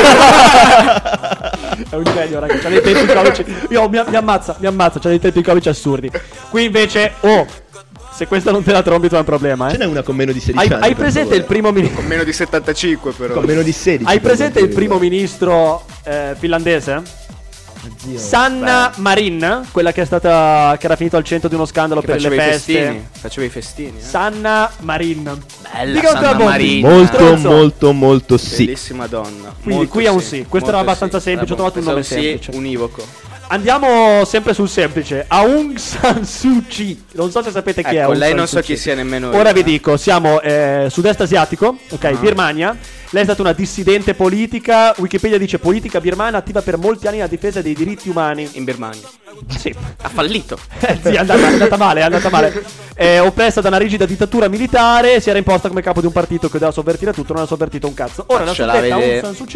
È un genio, raga. C'ha dei tempi comici. Io mi, mi ammazza, mi ammazza. C'ha dei tempi comici assurdi. Qui invece, oh, se questa non te la trombi, tu hai un problema, Ce eh. n'è una con meno di sedici Hai, anni. hai per presente favore. il primo ministro? Con meno di settantacinque però. Con meno di sedici. Hai per presente il quanto primo riguarda. ministro eh, finlandese? Zio. Sanna Marin, quella che è stata che era finito al centro di uno scandalo Che per le faceva i feste. festini. Faceva i festini. Eh. Sanna Marin. Bella Dica un Sanna trabombi. Marin. Molto, Stronzo. molto, molto sì. Bellissima donna. Quindi Molto qui è un sì. Questo era molto abbastanza sì. semplice, ho Bravo. trovato un Questo nome è un sì semplice. univoco. Andiamo sempre sul semplice. Aung San Suu Kyi. Non so se sapete chi è. Ecco, Aung lei San non Suu so chi Kyi. sia nemmeno Ora io, vi eh. dico, siamo eh, sud-est asiatico, ok, Ah. Birmania. Lei è stata una dissidente politica. Wikipedia dice politica birmana attiva per molti anni a difesa dei diritti umani. In Birmania. Sì. Ha fallito. Eh, sì, è andata, è andata male, è andata male. È oppressa da una rigida dittatura militare. Si era imposta come capo di un partito che doveva sovvertire tutto, non ha sovvertito un cazzo. Ora la Ce la suddetta vede- Aung San Suu Kyi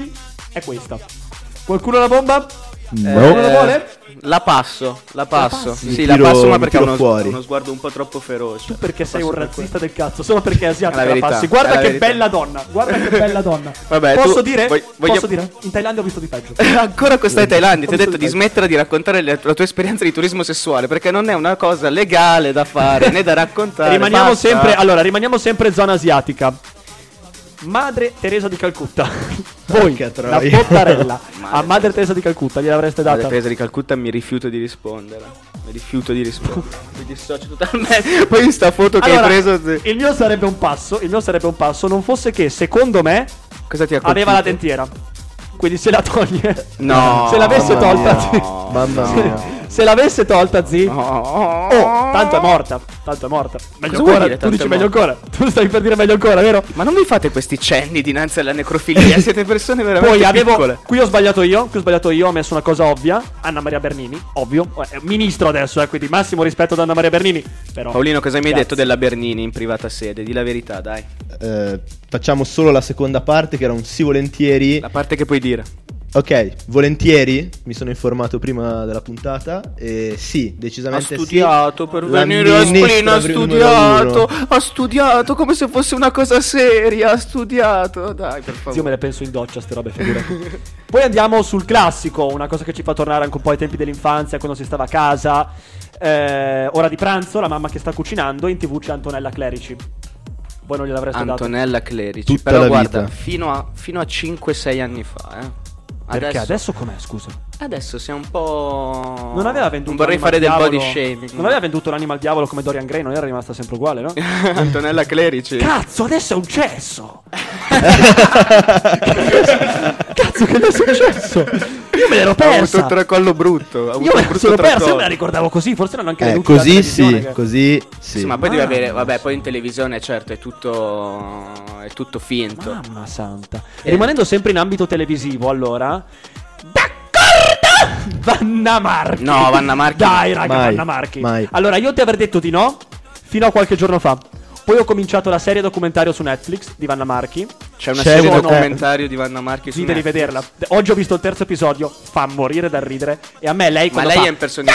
è questa. Qualcuno la bomba? No. Qualcuno la vuole? La passo, la passo. passi? Sì, Mi la tiro- passo, ma mi perché ha tiro uno, fuori. uno sguardo un po' troppo feroce. Tu perché sei Passo un per razzista del cazzo, solo perché è asiatica È la la verità, passi. è Guarda la che verità. bella donna, guarda che bella donna. Vabbè, Posso tu- dire? vog- voglio- Posso dire? In Thailandia ho visto di peggio. Ancora questa è Thailandia, ti ho Ho visto detto di peggio. smettere di raccontare le- la tua esperienza di turismo sessuale, perché non è una cosa legale da fare né da raccontare. Rimaniamo basta. sempre, allora, rimaniamo sempre zona asiatica. Madre Teresa di Calcutta. Voi, Porca la troia. bottarella a Madre Madre Teresa di Calcutta gliel'avreste Madre data? Teresa di Calcutta mi rifiuto di rispondere. Mi rifiuto di rispondere. Mi dissocio totalmente. Poi sta foto che Allora, hai preso. sì. il mio sarebbe un passo, il mio sarebbe un passo, non fosse che secondo me Cosa ti ha colpito? aveva la dentiera. Quindi se la toglie. No. Se l'avesse mamma tolta, mia. zi. Mamma Se- mia. Se l'avesse tolta, zi. Oh, Oh, tanto è morta. Tanto è morta. Meglio Cosa vuoi ancora. dire, Tu tanto dici è meglio morta? ancora. Tu stai per dire meglio ancora, vero? Ma non vi fate questi cenni dinanzi alla necrofilia? Siete persone veramente Poi avevo. piccole. Qui ho sbagliato io. Qui ho sbagliato io. Ho messo una cosa ovvia. Anna Maria Bernini. Ovvio. È ministro adesso, eh. Quindi massimo rispetto ad Anna Maria Bernini. Però. Paolino, cosa mi hai Grazie. detto della Bernini in privata sede? Di la verità, dai. Eh, facciamo solo la seconda parte, che era un sì volentieri. La parte che puoi dire. Ok, volentieri, mi sono informato prima della puntata. E sì, Ha decisamente studiato sì. per La venire a ministra Splina, ha numero studiato, uno. ha studiato come se fosse una cosa seria, ha studiato, dai per Zio, favore. me le penso in doccia, ste robe, figurati. Poi andiamo sul classico, una cosa che ci fa tornare anche un po' ai tempi dell'infanzia, quando si stava a casa. Eh, ora di pranzo, la mamma che sta cucinando, in tv c'è Antonella Clerici. Voi non gliel'avreste dato? Antonella Clerici. Tutta Però la guarda, vita. fino a, fino a cinque sei anni fa, eh. Perché Adesso, adesso com'è, scusa? adesso si è un po'. Non aveva venduto Non vorrei l'anima fare al del body diavolo- shaming. Non aveva venduto l'anima al diavolo come Dorian Gray, non era rimasta sempre uguale, no? Antonella Clerici. Cazzo, adesso è un cesso! Cazzo, che mi è successo? Io me l'ero Ha avuto persa! un tracollo brutto. Ha avuto Io un me la brutto sono persa, io tracollo. me la ricordavo così, forse l'hanno anche Eh, veduto dalla così televisione sì, che- così sì. Sì, ma poi devi Mamma avere. Vabbè, santa. poi in televisione, certo, è tutto. È tutto finto. Mamma santa. Eh. Rimanendo sempre in ambito televisivo, allora. D'accordo! Vanna Marchi. No, Vanna Marchi. Dai, raga, Mai, Vanna Marchi. mai. Allora, io ti avrei detto di no fino a qualche giorno fa. Poi ho cominciato la serie documentario su Netflix di Vanna Marchi. C'è una C'è serie uno- documentario di Vanna Marchi su Sì, devi Netflix. vederla. Oggi ho visto il terzo episodio. Fa morire dal ridere. E a me lei Ma quando lei fa, è un personaggio.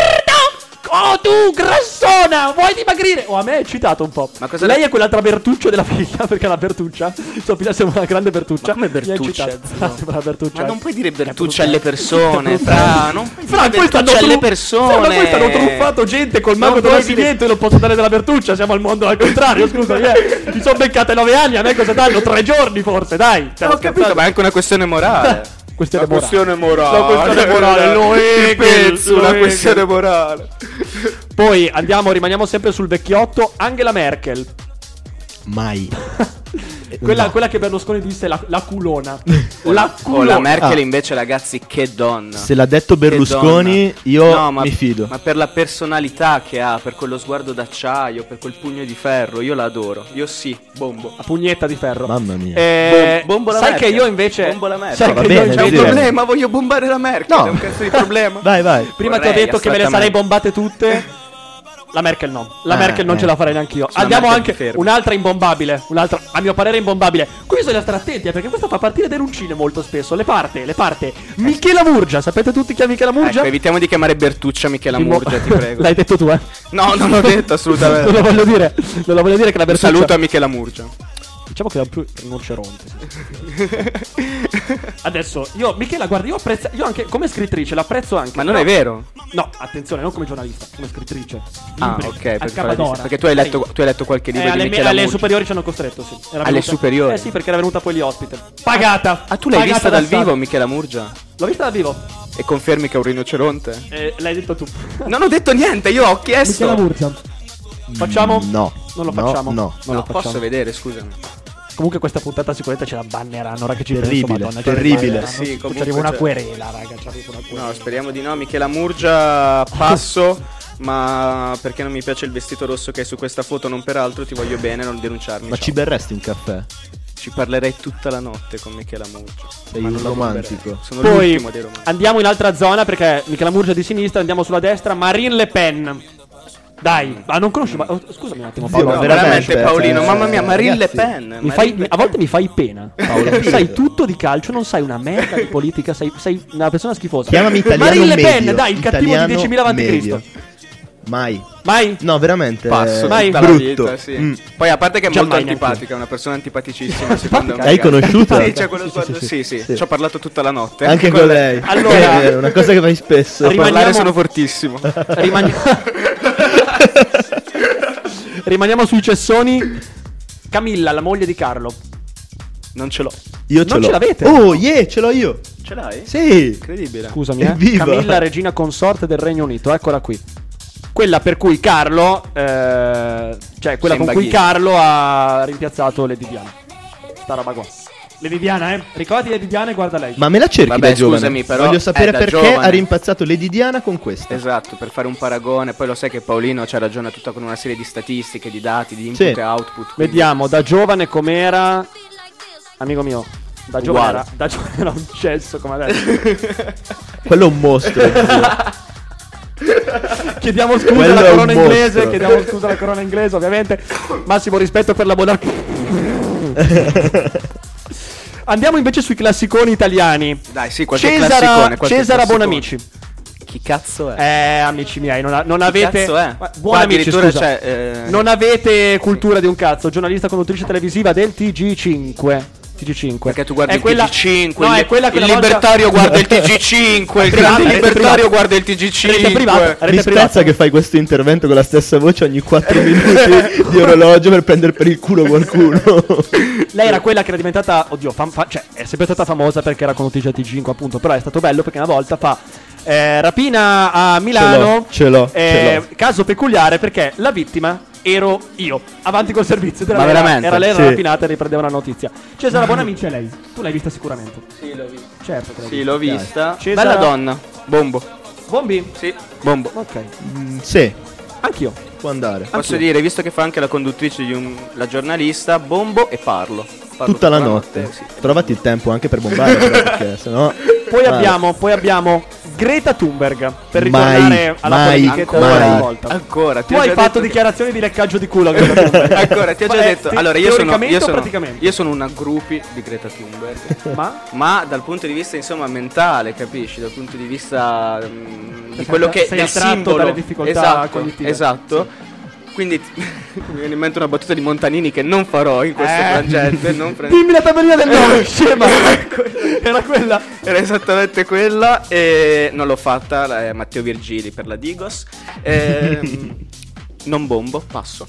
Oh tu grassona, vuoi dimagrire? Oh, a me è eccitato un po'. Ma cosa Lei le- è quell'altra Bertuccia della figlia, perché la Bertuccia, sua figlia sembra una grande Bertuccia. Ma come Mi ha Bertuccia, eccitato. zio? Sembra la Bertuccia. Ma non puoi dire È Bertuccia brutta. alle persone, È brutta. fra. Non puoi Fra, dire poi stanno Bertuccia alle tru- persone. Fra, ma poi stanno truffato gente col mago Non del puoi dire- nascimento. Io non posso dare della Bertuccia, siamo al mondo al contrario, scusa. eh. Mi sono beccate nove anni, a me cosa danno? Tre giorni forse, dai. Cioè, Ho capito, ma è anche una questione morale. Questione La questione morale. La questione morale, lo Il Hegel, pezzo, lo la Hegel. questione morale. Poi andiamo, rimaniamo sempre sul vecchiotto. Angela Merkel. Mai. Quella, No. quella che Berlusconi disse la, la culona. La Oh, culona. la Merkel Ah. invece, ragazzi, che donna. Se l'ha detto Che Berlusconi, donna. io No, ma- mi fido. Ma per la personalità che ha, per quello sguardo d'acciaio, per quel pugno di ferro, io la adoro. Io sì, bombo. La pugnetta di ferro. Mamma mia. Eh, Bom- bombo la sai Merkel. che io invece. Bombo la Merkel. Sai No, va che bene, io C'è invece- un dire. problema, voglio bombare la Merkel. No. È un cazzo di problema. Vai, vai. Prima ti ho Vorrei, detto che me le sarei assolutamente. bombate tutte. La Merkel no. La Ah, Merkel non eh. ce la farei neanche io. Sulla Andiamo Merkel anche ti fermi. un'altra imbombabile. Un'altra, a mio parere, imbombabile. Qui bisogna stare attenti, eh, perché questa fa partire denuncine molto spesso. Le parte, le parte. Michela Murgia. Sapete tutti chi è Michela Murgia? Ecco, evitiamo di chiamare Bertuccia Michela Imbo- Murgia, ti prego. L'hai detto tu, eh? No, non l'ho detto Non assolutamente. lo voglio dire. Non lo voglio dire che la Un Bertuccia. saluto a Michela Murgia. Diciamo che è un più rinoceronte. Adesso, io, Michela, guarda, io apprezzo. Io anche come scrittrice l'apprezzo anche. Ma non però- è vero. No, attenzione, non come giornalista, come scrittrice. Ah, Libri, ok. al Perché, fai la Capadora. lista. Perché tu hai letto, Sai. tu hai letto qualche libro Eh, di alle, Michela alle Murgia. superiori ci hanno costretto, sì. Era Alle venuta- superiori? Eh sì, perché era venuta poi lì ospite. Pagata. Ah, tu l'hai Pagata vista da dal Stato. vivo Michela Murgia? L'ho vista dal vivo. E confermi che è un rinoceronte? Eh, l'hai detto tu. Non ho detto niente, io ho chiesto. Michela Murgia. Facciamo? No. Non lo No, facciamo. no. Non No, lo facciamo. posso vedere, scusami. Comunque questa puntata sicuramente ce la banneranno, raga, ci Terribile, penso, Madonna, terribile. Ci Sì, arriva comunque ci arriva una c'è- querela, raga, ci arriva una querela. No, speriamo di no. Michela Murgia, passo. Ma perché non mi piace il vestito rosso che hai su questa foto, non per altro, ti voglio bene, non denunciarmi. Ma ciao. ci berresti un caffè? Ci parlerei tutta la notte con Michela Murgia. Sei Ma un non la romantico. bomberei. Sono Poi l'ultimo dei romantici. andiamo in altra zona perché Michela Murgia è di sinistra, andiamo sulla destra, Marine Le Pen. Dai, ma non conosci. Ma, oh, scusami un attimo, Zio, Paolo. ma No, veramente, veramente Paolino, cioè, mamma mia, Marine Le ragazzi, Pen. Mi fai, Marine Le a volte mi fai pena, Paolo. Capito. Sai tutto di calcio, non sai una merda di politica, sei, sei una persona schifosa. Chiamami italiano Marine Le Pen, medio, dai, il cattivo di italiano diecimila avanti medio. Cristo. Mai. Mai? No, veramente. Passo Mai. tutta la brutto. vita, sì. Mm. Poi a parte che è Già molto mai neanche antipatica, è una persona antipaticissima secondo me. Hai conosciuto? Sì, c'è quello Sì, sguardo. sì, Sì, sì, sì, sì. ci ho parlato tutta la notte. Anche con lei. Allora- È una cosa che fai spesso. A parlare Rimaniamo- sono fortissimo. Rimani- Rimaniamo sui cessoni. Camilla, la moglie di Carlo. Non ce l'ho. Io ce Non l'ho. ce l'avete? Oh, yeah, ce l'ho io. Ce l'hai? Sì. Incredibile. Scusami, eh. Evviva! Camilla, regina consorte del Regno Unito, eccola qui. Quella per cui Carlo, eh, cioè quella con Sembra cui chi? Carlo ha rimpiazzato Lady Diana. Sta roba qua. Lady Diana, eh. Ricordati Lady Diana e guarda lei. Ma me la cerchi Vabbè, da giovane. scusami, però, Voglio sapere eh, da perché giovane. ha rimpazzato Lady Diana con questa. Esatto, per fare un paragone, poi lo sai che Paolino c'ha ragione tutta con una serie di statistiche, di dati, di input Sì. e output. quindi- Vediamo, da giovane com'era. Amico mio, da giovane Uguale. era, da giovane era un cesso come adesso. Quello è un mostro. zio. Chiediamo scusa Quello alla è un corona inglese, mostro. chiediamo scusa alla corona inglese, ovviamente. Massimo rispetto per la monarchia. Andiamo invece sui classiconi italiani. Dai, sì, qualche Cesara, classicone, qualche Cesara classicone. Bonamici. Chi cazzo è? Eh, amici miei, non, ha- non Chi avete. cazzo è? Ma- Qua Buon amici, addirittura scusa. c'è, eh, Non avete cultura di un cazzo. Giornalista conduttrice televisiva del T G cinque. T G cinque. Perché tu guardi È il quella- T G cinque, No, il, è quella che il una volta- libertario guarda il T G cinque, il Privata, grande rete libertario privata. guarda il T G cinque. Rete privata. Mi Rete spezza privata. che fai questo intervento con la stessa voce ogni quattro minuti di orologio per prendere per il culo qualcuno. Lei era quella che era diventata, oddio, fam- fa- cioè è sempre stata famosa perché era conduttrice a T G cinque appunto, però è stato bello perché una volta fa eh, rapina a Milano, Ce l'ho, ce l'ho, eh, ce l'ho. caso peculiare perché la vittima ero io, avanti col servizio. Era Ma lei, veramente? Era lei, era Sì. rapinata e riprendeva la notizia. Cesara Bonamici è lei, tu l'hai vista sicuramente. Sì, l'ho vista. Certo che l'hai Sì, vista. l'ho vista. Cesara- Bella donna. Bombo. Bombi? Sì, bombo. Ok, Mm, sì, anch'io. può andare. Posso dire, visto che fa anche la conduttrice di un, la giornalista, bombo e parlo. Parlo Tutta la notte. sì. Trovati il tempo anche per bombare, però, perché sennò. Poi Vale. abbiamo, poi abbiamo Greta Thunberg per Mai, ritornare alla mai, polemichetta mai. della volta. Ancora, ti Tu ho hai già fatto detto che- dichiarazioni di leccaggio di culo a Greta Thunberg. Ancora, ti ho già Ma è detto. te- Allora, io sono, teoricamente io, o sono, praticamente? io sono una groupie di Greta Thunberg. Ma? Ma dal punto di vista, insomma, mentale, capisci? Dal punto di vista mm, di Sei quello attra- che sei del attratto simbolo dalle difficoltà esatto, cognitive. esatto. Quindi mi viene in mente una battuta di Montanini che non farò in questo Eh. frangente. Non pre- Dimmi la tabellina del nome, scema. Era quella. Era esattamente quella e non l'ho fatta, la- è Matteo Virgili per la Digos. Ehm, non bombo, passo.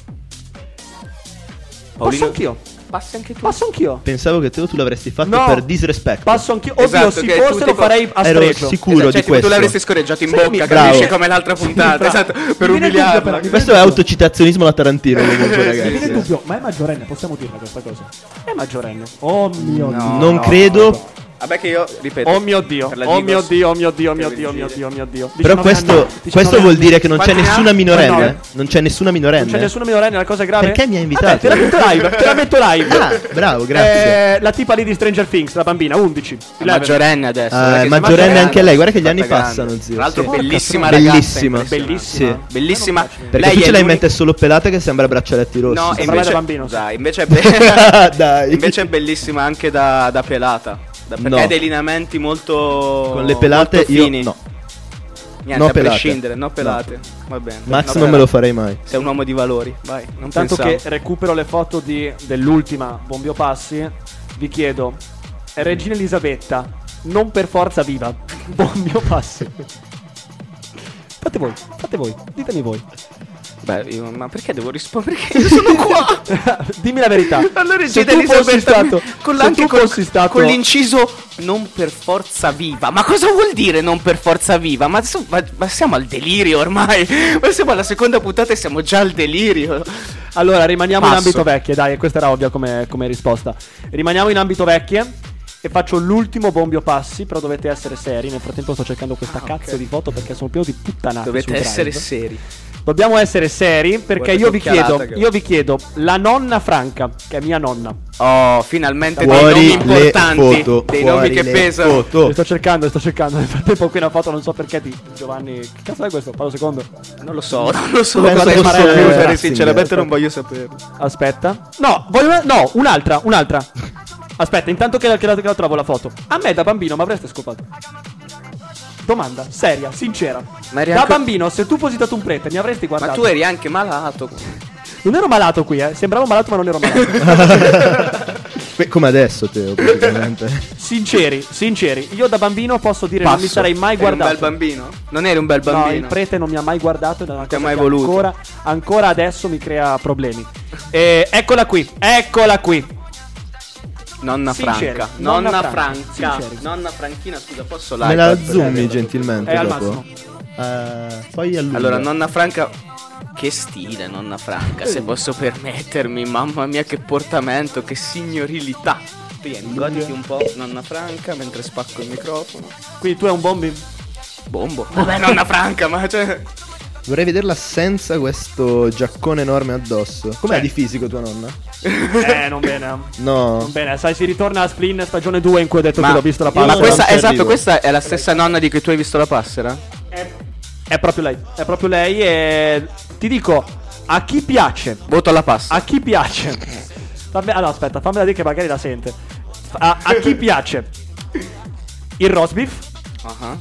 Passo anch'io. Passi anche tu? Passo anch'io. Pensavo che tu, tu l'avresti fatto No. per disrespect. Passo anch'io. Oddio, Esatto, se che fosse tu lo tipo- farei a Ero sfregio. sicuro Esatto, di cioè, tipo, questo. tu l'avresti scorreggiato in Sì, bocca, mi- capisci? bravo. Come l'altra puntata, Bravo. esatto, Mi per viene il dubbio, umiliarlo. però, mi Questo è autocitazionismo alla Tarantino comunque, Sì, Mi ragazzi. viene il dubbio, ma è maggiorenne, possiamo dirla questa cosa? È maggiorenne. Oh mio No. dio. Non credo. Vabbè che io, ripeto. Oh mio dio. per la Oh Digos- mio dio, oh mio dio, oh mio per dio, oh mio Virgili. dio, oh mio dio. Però diciannove questo, anni, diciannove questo vuol anni. dire che non c'è Quanti ne ha? nessuna minorenne. diciannove. Non c'è nessuna minorenne. Non c'è nessuna minorenne, la cosa è grave. Perché mi hai invitato? Vabbè, te la metto live, te la metto live. Ah, bravo, grazie. Eh, la tipa lì di Stranger Things, la bambina, undici. È maggiorenne adesso. Ah, guarda è che maggiorenne grande, anche lei, guarda che gli anni fatta grande. passano, zio. Tra l'altro Sì. bellissima Porca ragazza, Bellissima. impressionante. Bellissima. Sì. Bellissima. Perché Lei tu è ce l'hai in l'uni- mente solo pelata che sembra braccialetti rossi. No, Sembra invece da bambino, sì. Dai, invece è, be- Dai. invece è bellissima anche da, da pelata. Da- perché No. ha dei lineamenti molto Con le pelate molto io fini. no. Niente, No a pelate. prescindere, no pelate. Va bene. Max No non me pelate. lo farei mai. Sei un uomo di valori, vai. Non Tanto pensavo. che recupero le foto di, dell'ultima Bombio Passi, vi chiedo, Regina Elisabetta, non per forza viva, Bombio Passi. Fate voi, fate voi, ditemi voi. Beh, io- ma perché devo rispondere? Perché io sono qua. Dimmi la verità. Allora se Regina tu fossi Elisabetta stato, con, se anche tu con, fossi stato con l'inciso non per forza viva. Ma cosa vuol dire non per forza viva? Ma, adesso- ma- ma siamo al delirio ormai. Ma siamo alla seconda puntata e siamo già al delirio. Allora, rimaniamo in Passo. ambito vecchie, dai, questa era ovvia come, come risposta. Rimaniamo in ambito vecchie e faccio l'ultimo Bombio Passi, però dovete essere seri. Nel frattempo sto cercando questa Ah, cazzo ok. di foto perché sono pieno di puttanate Dovete sul essere drive. seri. Dobbiamo essere seri perché Guarda io vi chiedo, che- io vi chiedo la nonna Franca, che è mia nonna. Oh, finalmente Fuori dei nomi le importanti, foto, dei fuori nomi che le pesano. foto. Le sto cercando, le sto cercando. Nel frattempo qui una foto, non so perché di Giovanni. Che cazzo è questo? Parlo un secondo. Non lo so, non lo so Penso cosa è fosse Mario Fiusari, Ratzinger. sinceramente non voglio saperlo. Aspetta. No, voglio no, un'altra, un'altra. Aspetta, intanto che la, che la- che la trovo la foto. A me da bambino mi avreste scopato? Domanda, seria, sincera. Ma eri Da anche- bambino, se tu fossi stato un prete, mi avresti Ma guardato. tu eri anche malato. Non ero malato qui, eh. Sembravo malato, ma non ero malato. Que- Come adesso, Teo, praticamente. Sinceri, sinceri. Io da bambino posso dire non mi Passo. sarei mai Eri un guardato. bel bambino? Non eri un bel No, bambino? il prete non mi ha mai guardato ed è una ti ha cosa mai che voluto. ancora, ancora adesso mi crea problemi. E eccola qui, eccola qui. Nonna Sinceri, Franca. nonna Nonna Franca, Franca. sinceri. Nonna Franchina, scusa, posso Me like? la Per- zoomi gentilmente È al dopo. massimo. Eh, poi allunga. Allora, nonna Franca. Che stile, nonna Franca, se posso permettermi. Mamma mia, che portamento, che signorilità. Vieni, goditi un po', nonna Franca, mentre spacco il microfono. Quindi tu è un bombi? Bombo. Vabbè, nonna Franca, ma cioè. Vorrei vederla senza questo giaccone enorme addosso. Com'è Cioè- di fisico tua nonna? Eh, non bene. No. Non bene, sai, si ritorna a Splin stagione due in cui ho detto Ma, che l'ho visto la io ma passera. questa, non ci esatto, arrivo. questa è la stessa nonna di cui tu hai visto la passera? È, è proprio lei, è proprio lei e ti dico, a chi piace, Voto alla passa. a chi piace. Fammi, allora aspetta, fammela dire che magari la sente. A, a chi piace il roast beef Ah.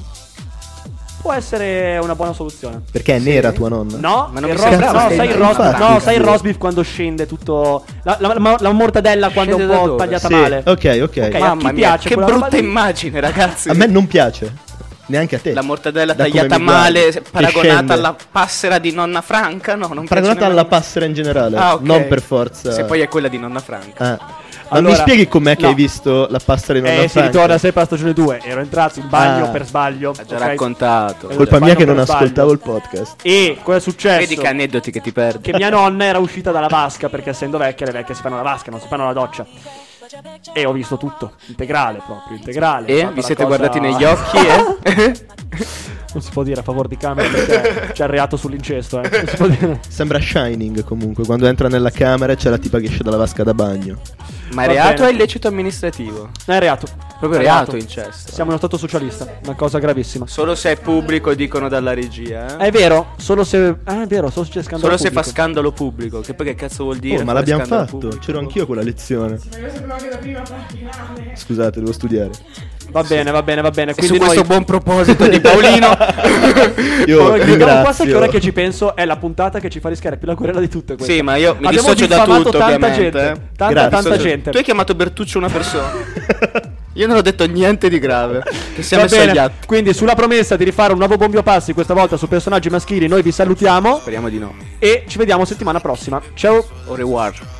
può essere una buona soluzione. Perché è nera tua nonna? No, Ma non il mi roast, sembra- no, Cazzo, sai il sei- roast, infatti, no, sai il capito. roast beef quando scende tutto la, la, la, la mortadella quando è un Scende da po' dove? tagliata Sì, male. ok, ok. Ok. a Mamma chi mia, piace che quella brutta roba lì? immagine, ragazzi. A me non piace. Neanche a te. La mortadella Da come tagliata mi guardi. male, Che paragonata scende. alla passera di nonna Franca? No, non Paragonata piace alla nemmeno- passera in generale. Ah, ok. Non per forza. Se poi è quella di nonna Franca. Ah. Ma Allora, mi spieghi com'è che no. hai visto la passera di nonna Eh, si Franca? ritorna sempre alla stagione due. Ero entrato in bagno Ah. per sbaglio. Ha già ok? raccontato. Eh, Colpa mia Fanno che non per sbaglio. ascoltavo il podcast. E cosa è successo? Vedi che aneddoti che ti perdi. Che mia nonna era uscita dalla vasca perché essendo vecchia, le vecchie si fanno la vasca, non si fanno la doccia. E ho visto tutto, integrale proprio, integrale. E Fatto vi una siete cosa- guardati negli occhi, eh? Non si può dire a favor di camera perché c'è il reato sull'incesto, eh. Non si può dire. Sembra Shining comunque. Quando entra nella camera e c'è la tipa che esce dalla vasca da bagno. Ma è Va reato o bene. è illecito amministrativo? Non è reato. Proprio È reato, incesto. Siamo in uno stato socialista, una cosa gravissima. Solo se è pubblico, dicono dalla regia, eh? È vero, solo se. Ah, è vero, solo se c'è scandalo. Solo se fa pubblico. scandalo pubblico. Che poi che cazzo vuol dire? Oh, ma fare l'abbiamo scandalo fatto. pubblico? C'ero anch'io quella lezione. Scusate, devo studiare. Va bene, va bene, va bene. E su Quindi questo noi. buon proposito di Paolino. Io Poi vediamo qua, sai che ora ringrazio. che ci penso è la puntata che ci fa rischiare più la querela di tutte queste. Sì, ma io mi Abbiamo dissocio da diffamato tutto, tanta ovviamente, gente, eh. tanta Grazie. tanta Dissocio- gente. Tu hai chiamato Bertuccio una persona. Io non ho detto niente di grave. Che si è Va messo bene, agli atti. quindi sulla promessa di rifare un nuovo Bombio Passi, questa volta su personaggi maschili, noi vi salutiamo Speriamo di no. e ci vediamo settimana prossima. Ciao! Au revoir.